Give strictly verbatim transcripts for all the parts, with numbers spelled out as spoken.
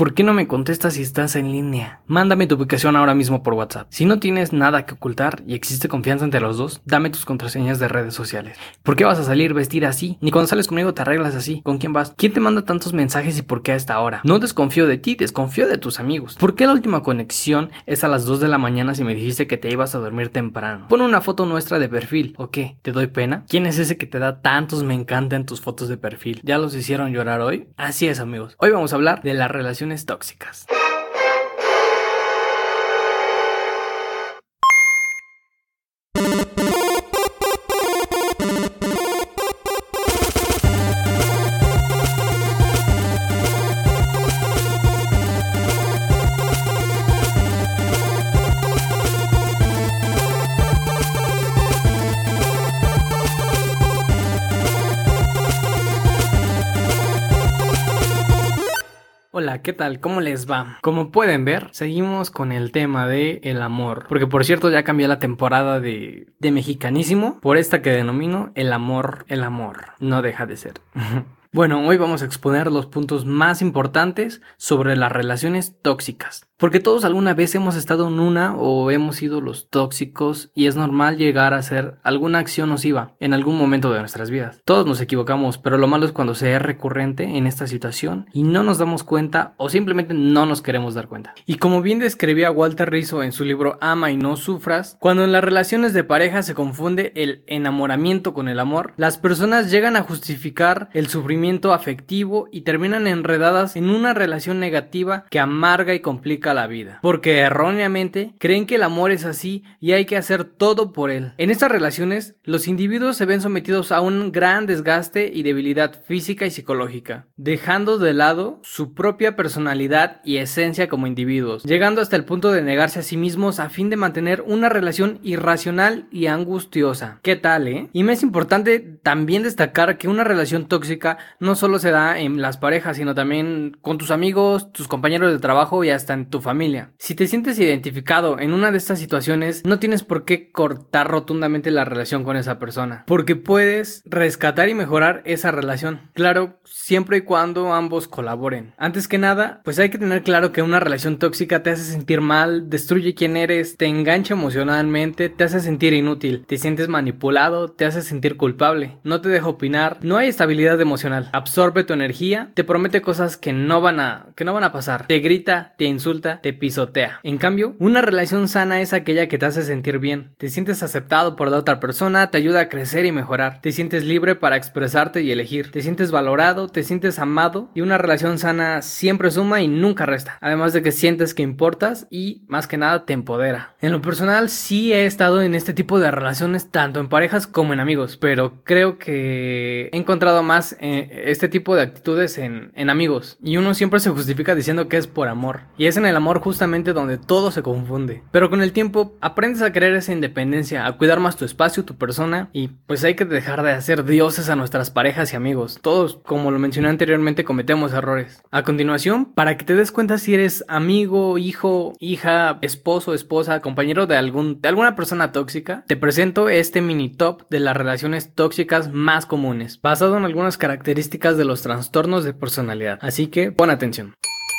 ¿Por qué no me contestas si estás en línea? Mándame tu ubicación ahora mismo por WhatsApp. Si no tienes nada que ocultar y existe confianza entre los dos, dame tus contraseñas de redes sociales. ¿Por qué vas a salir vestida así? Ni cuando sales conmigo te arreglas así. ¿Con quién vas? ¿Quién te manda tantos mensajes y por qué a esta hora? No desconfío de ti, desconfío de tus amigos. ¿Por qué la última conexión es a las dos de la mañana si me dijiste que te ibas a dormir temprano? Pon una foto nuestra de perfil. ¿O qué? ¿Te doy pena? ¿Quién es ese que te da tantos me encanta en tus fotos de perfil? ¿Ya los hicieron llorar hoy? Así es, amigos. Hoy vamos a hablar de las relaciones tóxicas. Hola, ¿qué tal? ¿Cómo les va? Como pueden ver, seguimos con el tema de el amor. Porque por cierto ya cambié la temporada de, de Mexicanísimo por esta que denomino el amor, el amor. No deja de ser. Bueno, hoy vamos a exponer los puntos más importantes sobre las relaciones tóxicas. Porque todos alguna vez hemos estado en una o hemos sido los tóxicos y es normal llegar a hacer alguna acción nociva en algún momento de nuestras vidas. Todos nos equivocamos, pero lo malo es cuando se es recurrente en esta situación y no nos damos cuenta o simplemente no nos queremos dar cuenta. Y como bien describía Walter Rizzo en su libro Ama y no sufras, cuando en las relaciones de pareja se confunde el enamoramiento con el amor, las personas llegan a justificar el sufrimiento afectivo y terminan enredadas en una relación negativa que amarga y complica la vida, porque erróneamente creen que el amor es así y hay que hacer todo por él. En estas relaciones, los individuos se ven sometidos a un gran desgaste y debilidad física y psicológica, dejando de lado su propia personalidad y esencia como individuos, llegando hasta el punto de negarse a sí mismos a fin de mantener una relación irracional y angustiosa. ¿Qué tal, eh? Y me es importante también destacar que una relación tóxica no solo se da en las parejas, sino también con tus amigos, tus compañeros de trabajo y hasta en tu familia. Si te sientes identificado en una de estas situaciones, no tienes por qué cortar rotundamente la relación con esa persona, porque puedes rescatar y mejorar esa relación. Claro, siempre y cuando ambos colaboren. Antes que nada, pues hay que tener claro que una relación tóxica te hace sentir mal, destruye quién eres, te engancha emocionalmente, te hace sentir inútil, te sientes manipulado, te hace sentir culpable, no te deja opinar, no hay estabilidad emocional. Absorbe tu energía, te promete cosas que no van a, que no van a pasar, te grita, te insulta, te pisotea. En cambio, una relación sana es aquella que te hace sentir bien, te sientes aceptado por la otra persona, te ayuda a crecer y mejorar, te sientes libre para expresarte y elegir, te sientes valorado, te sientes amado y una relación sana siempre suma y nunca resta, además de que sientes que importas y más que nada te empodera. En lo personal sí he estado en este tipo de relaciones tanto en parejas como en amigos, pero creo que he encontrado más eh, este tipo de actitudes en, en amigos y uno siempre se justifica diciendo que es por amor y es en el amor justamente donde todo se confunde, pero con el tiempo aprendes a querer esa independencia, a cuidar más tu espacio, tu persona y pues hay que dejar de hacer dioses a nuestras parejas y amigos. Todos, como lo mencioné anteriormente, cometemos errores. A continuación, para que te des cuenta si eres amigo, hijo, hija, esposo, esposa, compañero de algún de alguna persona tóxica, te presento este mini top de las relaciones tóxicas más comunes, basado en algunas características de los trastornos de personalidad. Así que pon atención.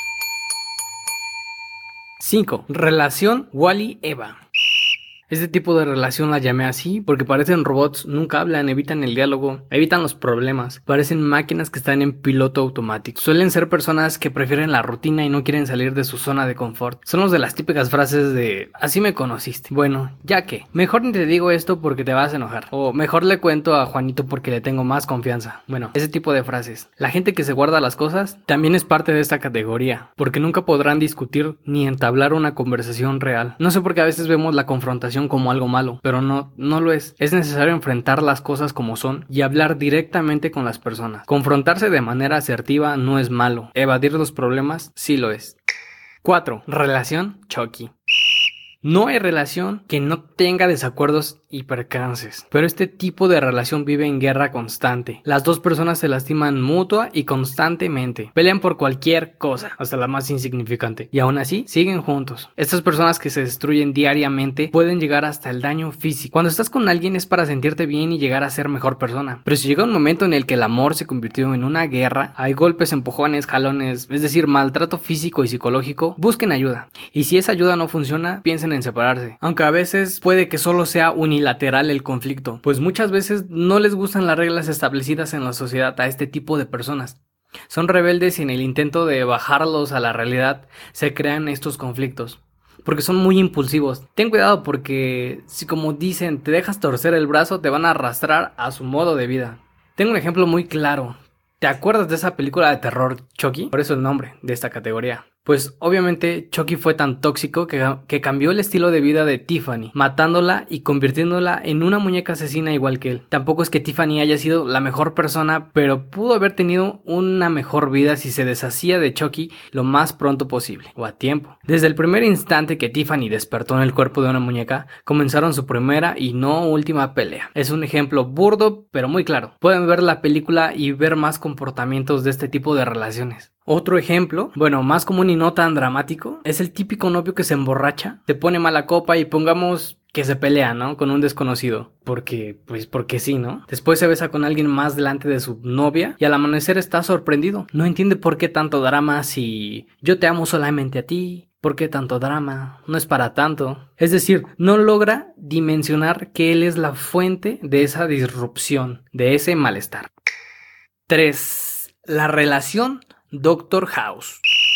cinco. Relación Wall-E-Eva. Este tipo de relación la llamé así porque parecen robots, nunca hablan, evitan el diálogo, evitan los problemas, parecen máquinas que están en piloto automático. Suelen ser personas que prefieren la rutina y no quieren salir de su zona de confort. Son los de las típicas frases de así me conociste. Bueno, ya que, mejor ni te digo esto porque te vas a enojar. O mejor le cuento a Juanito porque le tengo más confianza. Bueno, ese tipo de frases. La gente que se guarda las cosas también es parte de esta categoría, porque nunca podrán discutir ni entablar una conversación real. No sé por qué a veces vemos la confrontación como algo malo, pero no, no lo es. Es necesario enfrentar las cosas como son y hablar directamente con las personas. Confrontarse de manera asertiva no es malo. Evadir los problemas sí lo es. cuatro. Relación Chucky. No hay relación que no tenga desacuerdos y percances. Pero este tipo de relación vive en guerra constante. Las dos personas se lastiman mutua y constantemente. Pelean por cualquier cosa, hasta la más insignificante. Y aún así, siguen juntos. Estas personas que se destruyen diariamente pueden llegar hasta el daño físico. Cuando estás con alguien es para sentirte bien y llegar a ser mejor persona. Pero si llega un momento en el que el amor se convirtió en una guerra, hay golpes, empujones, jalones, es decir, maltrato físico y psicológico, busquen ayuda. Y si esa ayuda no funciona, piensen en separarse. Aunque a veces puede que solo sea unilateral el conflicto, pues muchas veces no les gustan las reglas establecidas en la sociedad a este tipo de personas. Son rebeldes y en el intento de bajarlos a la realidad se crean estos conflictos. Porque son muy impulsivos. Ten cuidado porque si, como dicen, te dejas torcer el brazo, te van a arrastrar a su modo de vida. Tengo un ejemplo muy claro. ¿Te acuerdas de esa película de terror Chucky? Por eso el nombre de esta categoría. Pues obviamente Chucky fue tan tóxico que, que cambió el estilo de vida de Tiffany, matándola y convirtiéndola en una muñeca asesina igual que él. Tampoco es que Tiffany haya sido la mejor persona, pero pudo haber tenido una mejor vida si se deshacía de Chucky lo más pronto posible, o a tiempo. Desde el primer instante que Tiffany despertó en el cuerpo de una muñeca, comenzaron su primera y no última pelea. Es un ejemplo burdo, pero muy claro. Pueden ver la película y ver más comportamientos de este tipo de relaciones. Otro ejemplo, bueno, más común y no tan dramático, es el típico novio que se emborracha, se pone mala copa y pongamos que se pelea, ¿no? Con un desconocido. Porque, pues, porque sí, ¿no? Después se besa con alguien más delante de su novia y al amanecer está sorprendido. No entiende por qué tanto drama si yo te amo solamente a ti. ¿Por qué tanto drama? No es para tanto. Es decir, no logra dimensionar que él es la fuente de esa disrupción, de ese malestar. tres. La relación Doctor House.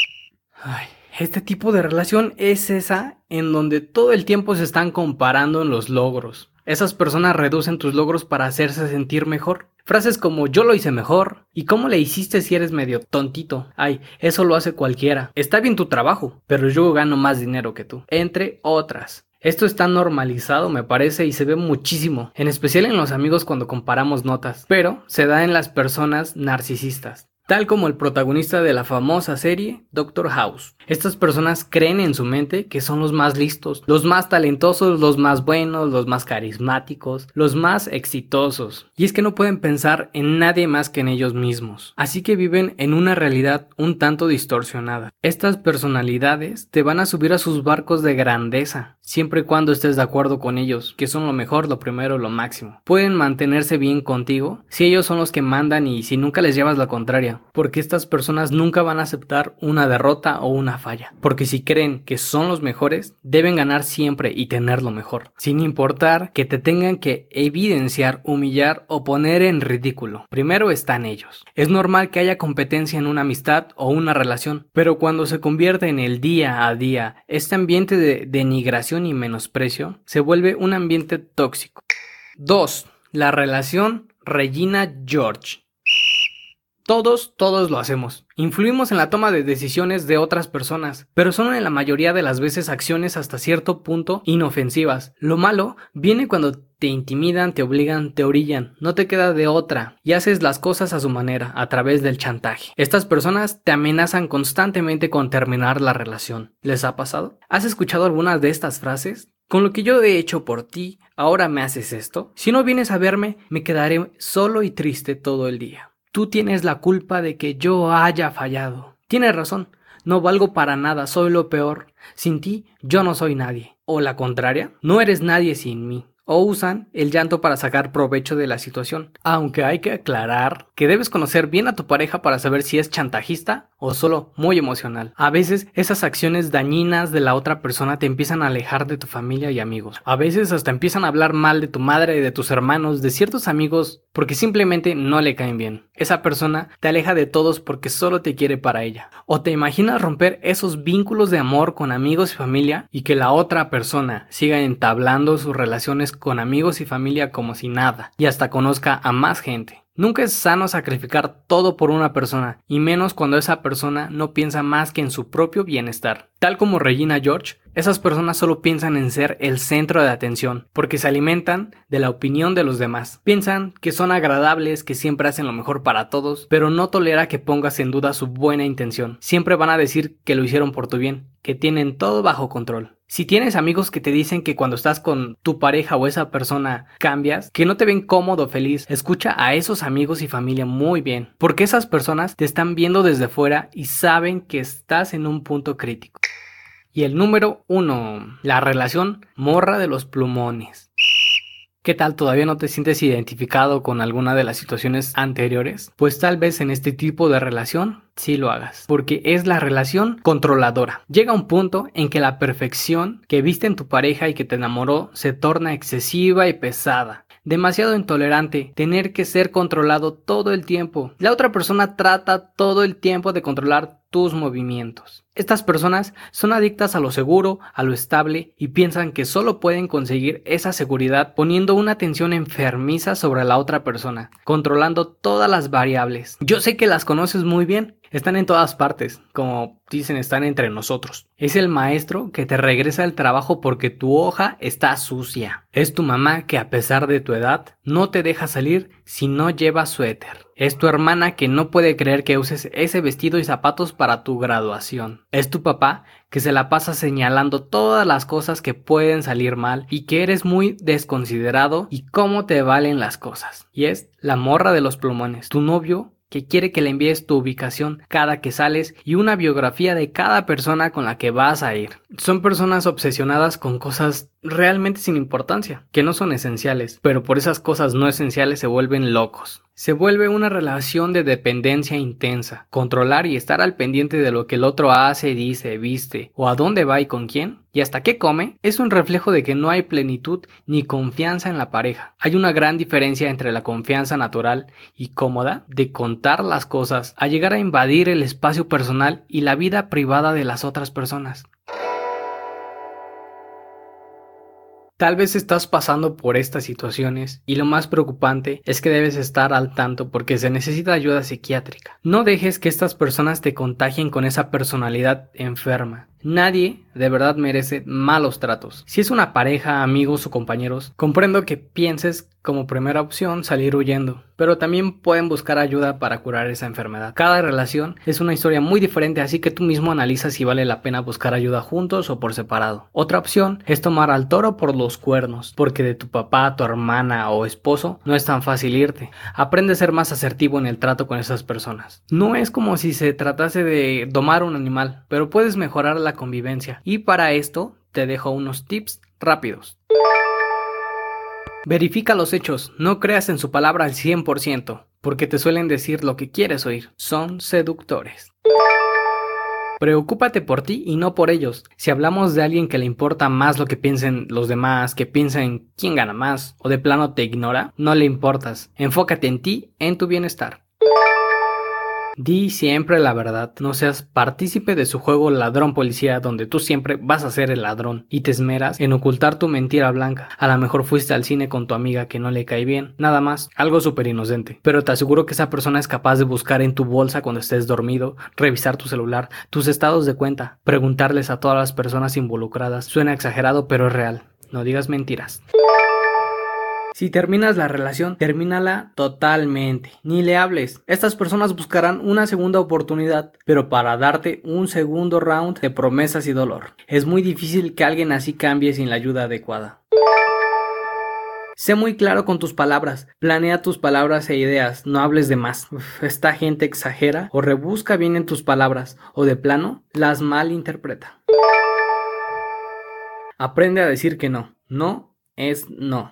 Ay, este tipo de relación es esa en donde todo el tiempo se están comparando en los logros. Esas personas reducen tus logros para hacerse sentir mejor. Frases como yo lo hice mejor, ¿y cómo le hiciste si eres medio tontito? Ay, eso lo hace cualquiera. Está bien tu trabajo, pero yo gano más dinero que tú. Entre otras. Esto está normalizado, me parece, y se ve muchísimo, en especial en los amigos cuando comparamos notas, pero se da en las personas narcisistas. Tal como el protagonista de la famosa serie Doctor House. Estas personas creen en su mente que son los más listos, los más talentosos, los más buenos, los más carismáticos, los más exitosos. Y es que no pueden pensar en nadie más que en ellos mismos. Así que viven en una realidad un tanto distorsionada. Estas personalidades te van a subir a sus barcos de grandeza, siempre y cuando estés de acuerdo con ellos, que son lo mejor, lo primero, lo máximo. Pueden mantenerse bien contigo si ellos son los que mandan y si nunca les llevas la contraria. Porque estas personas nunca van a aceptar una derrota o una falla. Porque si creen que son los mejores, deben ganar siempre y tener lo mejor. Sin importar que te tengan que evidenciar, humillar o poner en ridículo. Primero están ellos. Es normal que haya competencia en una amistad o una relación. Pero cuando se convierte en el día a día, este ambiente de denigración y menosprecio se vuelve un ambiente tóxico. dos. La relación Regina George. Todos, todos lo hacemos. Influimos en la toma de decisiones de otras personas, pero son en la mayoría de las veces acciones hasta cierto punto inofensivas. Lo malo viene cuando te intimidan, te obligan, te orillan, no te queda de otra y haces las cosas a su manera, a través del chantaje. Estas personas te amenazan constantemente con terminar la relación. ¿Les ha pasado? ¿Has escuchado algunas de estas frases? Con lo que yo he hecho por ti, ¿ahora me haces esto? Si no vienes a verme, me quedaré solo y triste todo el día. Tú tienes la culpa de que yo haya fallado. Tienes razón, no valgo para nada, soy lo peor. Sin ti, yo no soy nadie. O la contraria, no eres nadie sin mí. O usan el llanto para sacar provecho de la situación. Aunque hay que aclarar que debes conocer bien a tu pareja para saber si es chantajista o solo muy emocional. A veces esas acciones dañinas de la otra persona te empiezan a alejar de tu familia y amigos. A veces hasta empiezan a hablar mal de tu madre, de tus hermanos, de ciertos amigos porque simplemente no le caen bien. Esa persona te aleja de todos porque solo te quiere para ella. O te imaginas romper esos vínculos de amor con amigos y familia y que la otra persona siga entablando sus relaciones con amigos y familia como si nada y hasta conozca a más gente. Nunca es sano sacrificar todo por una persona, y menos cuando esa persona no piensa más que en su propio bienestar. Tal como Regina George, Esas personas solo piensan en ser el centro de atención, porque se alimentan de la opinión de los demás. Piensan que son agradables, que siempre hacen lo mejor para todos, pero no tolera que pongas en duda su buena intención. Siempre van a decir que lo hicieron por tu bien, que tienen todo bajo control. Si tienes amigos que te dicen que cuando estás con tu pareja o esa persona cambias, que no te ven cómodo o feliz, escucha a esos amigos y familia muy bien, porque esas personas te están viendo desde fuera y saben que estás en un punto crítico. Y el número uno, la relación morra de los plumones. ¿Qué tal? ¿Todavía no te sientes identificado con alguna de las situaciones anteriores? Pues tal vez en este tipo de relación sí lo hagas, porque es la relación controladora. Llega un punto en que la perfección que viste en tu pareja y que te enamoró se torna excesiva y pesada. Demasiado intolerante, tener que ser controlado todo el tiempo. La otra persona trata todo el tiempo de controlar tus movimientos. Estas personas son adictas a lo seguro, a lo estable y piensan que solo pueden conseguir esa seguridad poniendo una atención enfermiza sobre la otra persona, controlando todas las variables. Yo sé que las conoces muy bien, están en todas partes, como dicen, están entre nosotros. Es el maestro que te regresa al trabajo porque tu hoja está sucia. Es tu mamá que a pesar de tu edad no te deja salir si no llevas suéter. Es tu hermana que no puede creer que uses ese vestido y zapatos para tu graduación. Es tu papá que se la pasa señalando todas las cosas que pueden salir mal y que eres muy desconsiderado y cómo te valen las cosas. Y es la morra de los plumones, tu novio que quiere que le envíes tu ubicación cada que sales y una biografía de cada persona con la que vas a ir. Son personas obsesionadas con cosas realmente sin importancia, que no son esenciales, pero por esas cosas no esenciales se vuelven locos. Se vuelve una relación de dependencia intensa. Controlar y estar al pendiente de lo que el otro hace, dice, viste, o a dónde va y con quién, y hasta qué come, es un reflejo de que no hay plenitud ni confianza en la pareja. Hay una gran diferencia entre la confianza natural y cómoda de contar las cosas a llegar a invadir el espacio personal y la vida privada de las otras personas. Tal vez estás pasando por estas situaciones y lo más preocupante es que debes estar al tanto porque se necesita ayuda psiquiátrica. No dejes que estas personas te contagien con esa personalidad enferma. Nadie de verdad merece malos tratos. Si es una pareja, amigos o compañeros, comprendo que pienses como primera opción salir huyendo, pero también pueden buscar ayuda para curar esa enfermedad. Cada relación es una historia muy diferente, así que tú mismo analiza si vale la pena buscar ayuda juntos o por separado. Otra opción es tomar al toro por los cuernos, porque de tu papá, tu hermana o esposo no es tan fácil irte. Aprende a ser más asertivo en el trato con esas personas. No es como si se tratase de domar un animal, pero puedes mejorar la convivencia. Y para esto te dejo unos tips rápidos. Verifica los hechos, no creas en su palabra al cien por ciento, porque te suelen decir lo que quieres oír. Son seductores. Preocúpate por ti y no por ellos. Si hablamos de alguien que le importa más lo que piensen los demás, que piensa en quién gana más, o de plano te ignora, no le importas. Enfócate en ti, en tu bienestar. Di siempre la verdad, no seas partícipe de su juego ladrón policía donde tú siempre vas a ser el ladrón y te esmeras en ocultar tu mentira blanca. A lo mejor fuiste al cine con tu amiga que no le cae bien, nada más, algo súper inocente. Pero te aseguro que esa persona es capaz de buscar en tu bolsa cuando estés dormido, revisar tu celular, tus estados de cuenta, preguntarles a todas las personas involucradas. Suena exagerado, pero es real. No digas mentiras. Si terminas la relación, termínala totalmente. Ni le hables. Estas personas buscarán una segunda oportunidad, pero para darte un segundo round de promesas y dolor. Es muy difícil que alguien así cambie sin la ayuda adecuada. Sé muy claro con tus palabras. Planea tus palabras e ideas. No hables de más. Uf, esta gente exagera o rebusca bien en tus palabras o de plano las malinterpreta. Aprende a decir que no. No es no.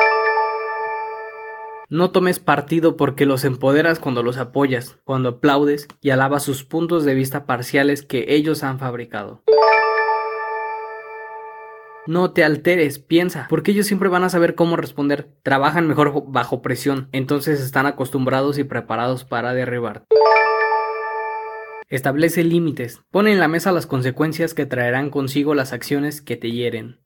No tomes partido porque los empoderas cuando los apoyas, cuando aplaudes y alabas sus puntos de vista parciales que ellos han fabricado. No te alteres, piensa, porque ellos siempre van a saber cómo responder. Trabajan mejor bajo presión, entonces están acostumbrados y preparados para derribar. Establece límites. Pon en la mesa las consecuencias que traerán consigo las acciones que te hieren.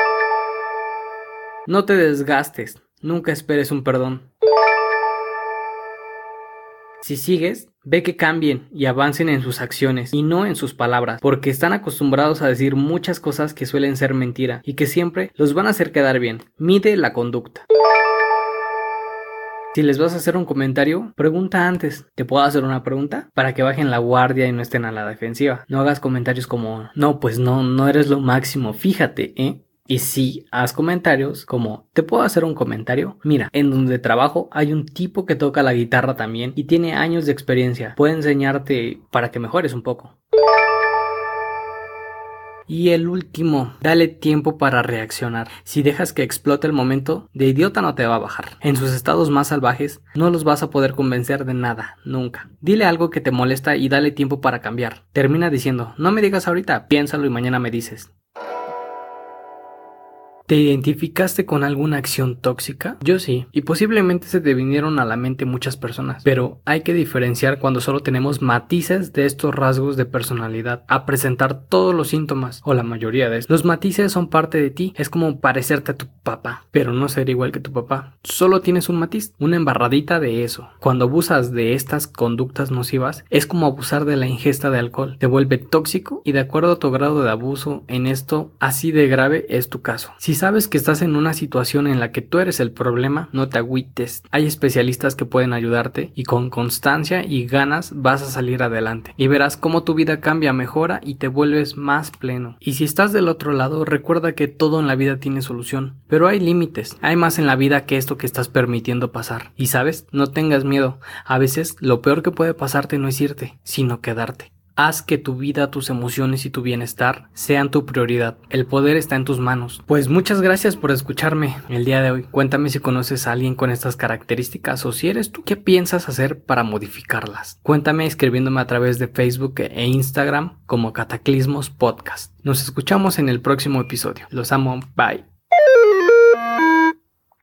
No te desgastes. Nunca esperes un perdón. Si sigues, ve que cambien y avancen en sus acciones y no en sus palabras, porque están acostumbrados a decir muchas cosas que suelen ser mentira y que siempre los van a hacer quedar bien. Mide la conducta. Si les vas a hacer un comentario, pregunta antes. ¿Te puedo hacer una pregunta? Para que bajen la guardia y no estén a la defensiva. No hagas comentarios como, no, pues no, no eres lo máximo, fíjate, ¿eh? Y sí, haz comentarios como, ¿te puedo hacer un comentario? Mira, en donde trabajo hay un tipo que toca la guitarra también y tiene años de experiencia. Puede enseñarte para que mejores un poco. Y el último, dale tiempo para reaccionar. Si dejas que explote el momento, de idiota no te va a bajar. En sus estados más salvajes, no los vas a poder convencer de nada, nunca. Dile algo que te molesta y dale tiempo para cambiar. Termina diciendo, no me digas ahorita, piénsalo y mañana me dices. ¿Te identificaste con alguna acción tóxica? Yo sí, y posiblemente se te vinieron a la mente muchas personas, pero hay que diferenciar cuando solo tenemos matices de estos rasgos de personalidad, a presentar todos los síntomas, o la mayoría de estos. Los matices son parte de ti, es como parecerte a tu papá, pero no ser igual que tu papá. Solo tienes un matiz, una embarradita de eso. Cuando abusas de estas conductas nocivas, es como abusar de la ingesta de alcohol, te vuelve tóxico y de acuerdo a tu grado de abuso en esto, así de grave es tu caso. Si sabes que estás en una situación en la que tú eres el problema, no te agüites. Hay especialistas que pueden ayudarte y con constancia y ganas vas a salir adelante. Y verás cómo tu vida cambia, mejora y te vuelves más pleno. Y si estás del otro lado, recuerda que todo en la vida tiene solución. Pero hay límites. Hay más en la vida que esto que estás permitiendo pasar. Y sabes, no tengas miedo. A veces lo peor que puede pasarte no es irte, sino quedarte. Haz que tu vida, tus emociones y tu bienestar sean tu prioridad. El poder está en tus manos. Pues muchas gracias por escucharme el día de hoy. Cuéntame si conoces a alguien con estas características o si eres tú, ¿qué piensas hacer para modificarlas? Cuéntame escribiéndome a través de Facebook e Instagram como Cataclismos Podcast. Nos escuchamos en el próximo episodio. Los amo. Bye.